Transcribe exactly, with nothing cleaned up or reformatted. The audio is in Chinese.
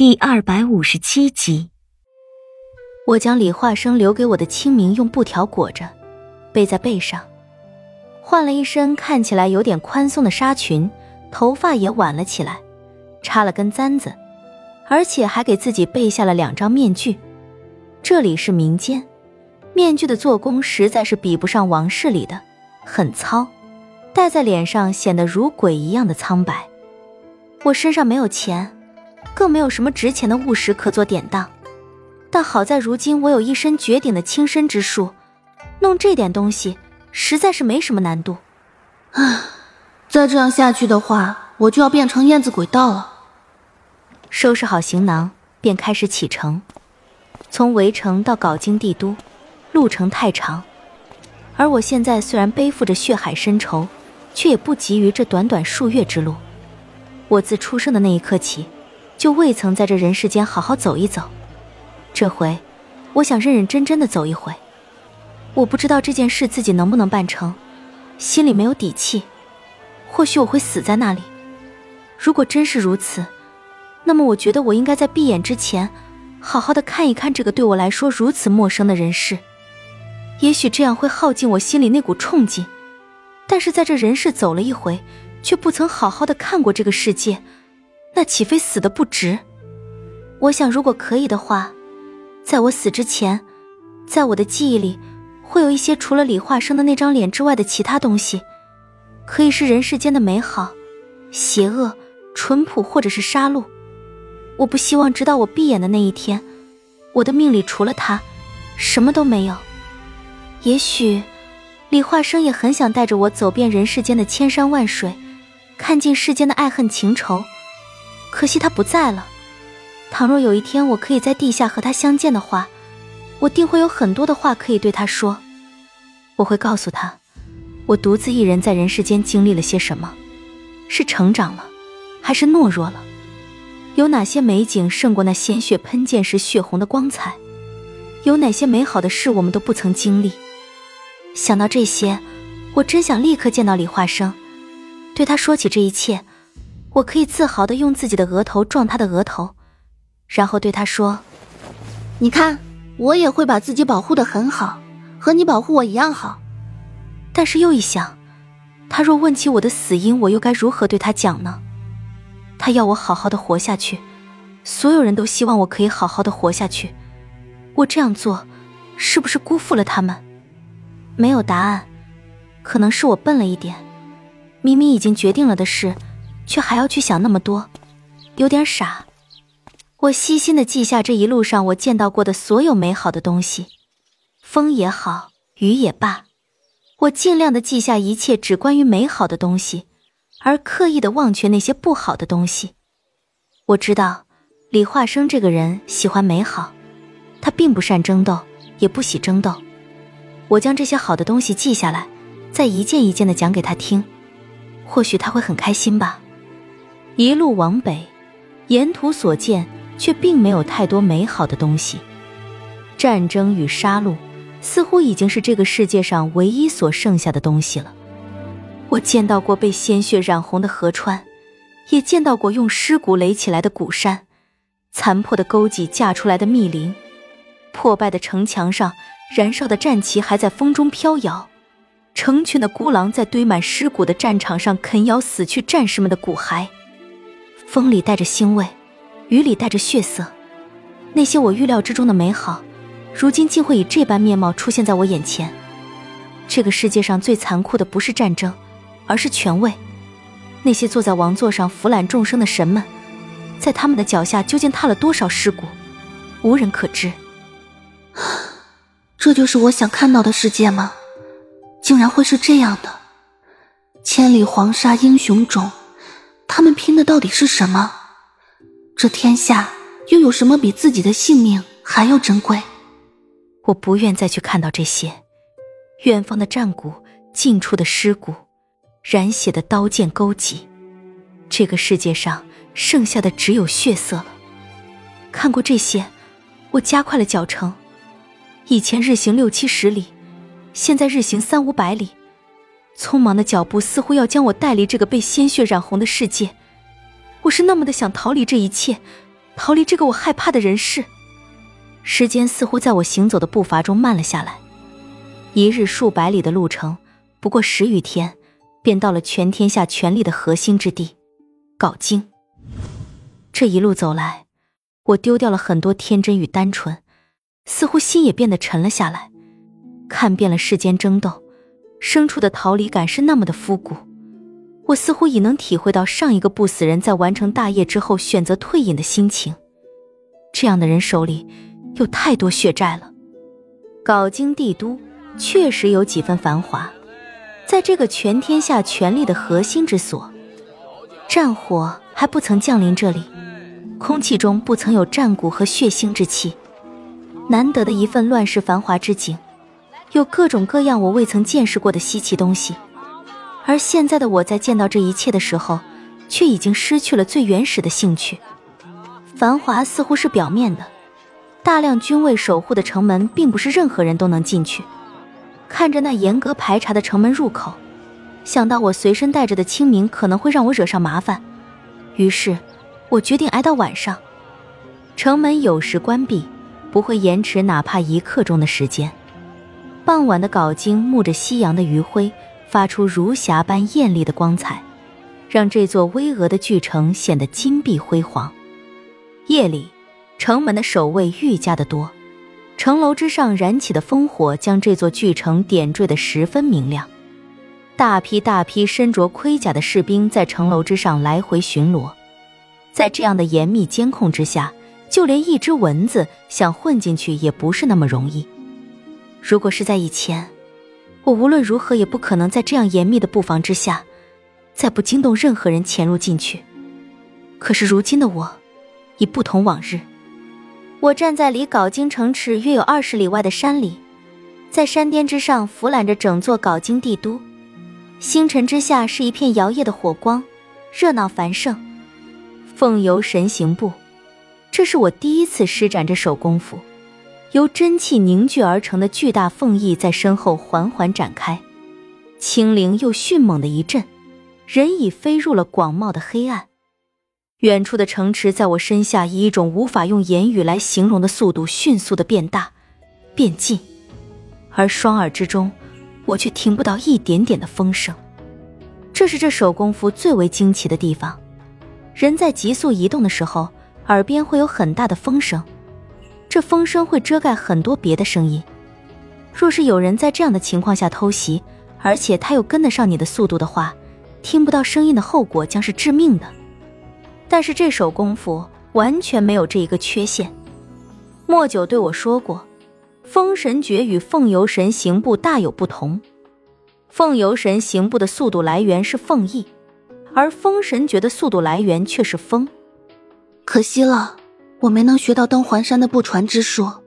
第二百五十七集。 我将李化生留给我的清明用布条裹着，背在背上，换了一身看起来有点宽松的纱裙，头发也挽了起来，插了根簪子，而且还给自己备下了两张面具。这里是民间，面具的做工实在是比不上王室里的，很糙，戴在脸上显得如鬼一样的苍白。我身上没有钱，更没有什么值钱的物实可做典当，但好在如今我有一身绝顶的轻身之术，弄这点东西实在是没什么难度。 唉，再这样下去的话，我就要变成燕子轨道了。 收拾好行囊，便开始启程。从围城到镐京帝都，路程太长，而我现在虽然背负着血海深仇，却也不急于这短短数月之路。我自出生的那一刻起，就未曾在这人世间好好走一走。这回，我想认认真真的走一回。我不知道这件事自己能不能办成，心里没有底气。或许我会死在那里。如果真是如此，那么我觉得我应该在闭眼之前，好好的看一看这个对我来说如此陌生的人世。也许这样会耗尽我心里那股冲劲，但是在这人世走了一回，却不曾好好的看过这个世界，那岂非死得不值？我想如果可以的话，在我死之前，在我的记忆里会有一些除了李化生的那张脸之外的其他东西，可以是人世间的美好、邪恶、淳朴，或者是杀戮。我不希望直到我闭眼的那一天，我的命里除了他什么都没有。也许李化生也很想带着我走遍人世间的千山万水，看尽世间的爱恨情仇，可惜他不在了。倘若有一天我可以在地下和他相见的话，我定会有很多的话可以对他说。我会告诉他，我独自一人在人世间经历了些什么，是成长了，还是懦弱了？有哪些美景胜过那鲜血喷溅时血红的光彩？有哪些美好的事我们都不曾经历？想到这些，我真想立刻见到李化生，对他说起这一切。我可以自豪地用自己的额头撞他的额头，然后对他说， 你看，我也会把自己保护得很好，和你保护我一样好。 但是又一想，他若问起我的死因，我又该如何对他讲呢？他要我好好的活下去，所有人都希望我可以好好的活下去，我这样做是不是辜负了他们？没有答案，可能是我笨了一点，明明已经决定了的事，却还要去想那么多，有点傻。我细心地记下这一路上我见到过的所有美好的东西，风也好，雨也罢，我尽量地记下一切只关于美好的东西，而刻意地忘却那些不好的东西。我知道李化生这个人喜欢美好，他并不善争斗，也不喜争斗。我将这些好的东西记下来，再一件一件地讲给他听，或许他会很开心吧。一路往北，沿途所见却并没有太多美好的东西。战争与杀戮似乎已经是这个世界上唯一所剩下的东西了。我见到过被鲜血染红的河川，也见到过用尸骨垒起来的古山，残破的沟脊架出来的密林，破败的城墙上燃烧的战旗还在风中飘摇，成群的孤狼在堆满尸骨的战场上啃咬死去战士们的骨骸。风里带着腥味，雨里带着血色，那些我预料之中的美好，如今竟会以这般面貌出现在我眼前。这个世界上最残酷的不是战争，而是权位。那些坐在王座上俯览众生的神们，在他们的脚下究竟踏了多少尸骨，无人可知。 这就是我想看到的世界吗？竟然会是这样的。千里黄沙英雄冢，他们拼的到底是什么？这天下又有什么比自己的性命还要珍贵？ 我不愿再去看到这些远方的战鼓，近处的尸骨，染血的刀剑钩戟。这个世界上剩下的只有血色了。看过这些，我加快了脚程。以前日行六七十里，现在日行三五百里，匆忙的脚步似乎要将我带离这个被鲜血染红的世界。我是那么的想逃离这一切， 逃离这个我害怕的人世。时间似乎在我行走的步伐中慢了下来，一日数百里的路程，不过十余天，便到了全天下权力的核心之地——镐京。这一路走来，我丢掉了很多天真与单纯，似乎心也变得沉了下来。看遍了世间争斗，生处的逃离感是那么的肤骨。我似乎已能体会到上一个不死人在完成大业之后选择退隐的心情。这样的人手里有太多血债了。镐京帝都确实有几分繁华，在这个全天下权力的核心之所，战火还不曾降临这里，空气中不曾有战鼓和血腥之气。难得的一份乱世繁华之景，有各种各样我未曾见识过的稀奇东西。而现在的我在见到这一切的时候，却已经失去了最原始的兴趣。繁华似乎是表面的，大量军卫守护的城门并不是任何人都能进去。看着那严格排查的城门入口，想到我随身带着的清明可能会让我惹上麻烦，于是我决定挨到晚上。城门有时关闭，不会延迟哪怕一刻钟的时间。傍晚的镐京沐着夕阳的余晖，发出如霞般艳丽的光彩，让这座巍峨的巨城显得金碧辉煌。夜里，城门的守卫愈加的多，城楼之上燃起的烽火将这座巨城点缀得十分明亮。大批大批身着盔甲的士兵在城楼之上来回巡逻，在这样的严密监控之下，就连一只蚊子想混进去也不是那么容易。如果是在以前，我无论如何也不可能在这样严密的布防之下，再不惊动任何人潜入进去。可是如今的我已不同往日。我站在离镐京城池约有二十里外的山里，在山巅之上俯览着整座镐京帝都，星辰之下是一片摇曳的火光，热闹繁盛。凤游神行步，这是我第一次施展这手功夫。由真气凝聚而成的巨大凤翼在身后缓缓展开，轻灵又迅猛的一震，人已飞入了广袤的黑暗。远处的城池在我身下以一种无法用言语来形容的速度迅速地变大变近，而双耳之中我却听不到一点点的风声。这是这手功夫最为惊奇的地方。人在急速移动的时候，耳边会有很大的风声，这风声会遮盖很多别的声音。若是有人在这样的情况下偷袭，而且他又跟得上你的速度的话，听不到声音的后果将是致命的。但是这手功夫完全没有这一个缺陷。莫九对我说过，风神诀与凤游神行步大有不同。凤游神行步的速度来源是凤翼，而风神诀的速度来源却是风。 可惜了，我没能学到登环山的不传之术。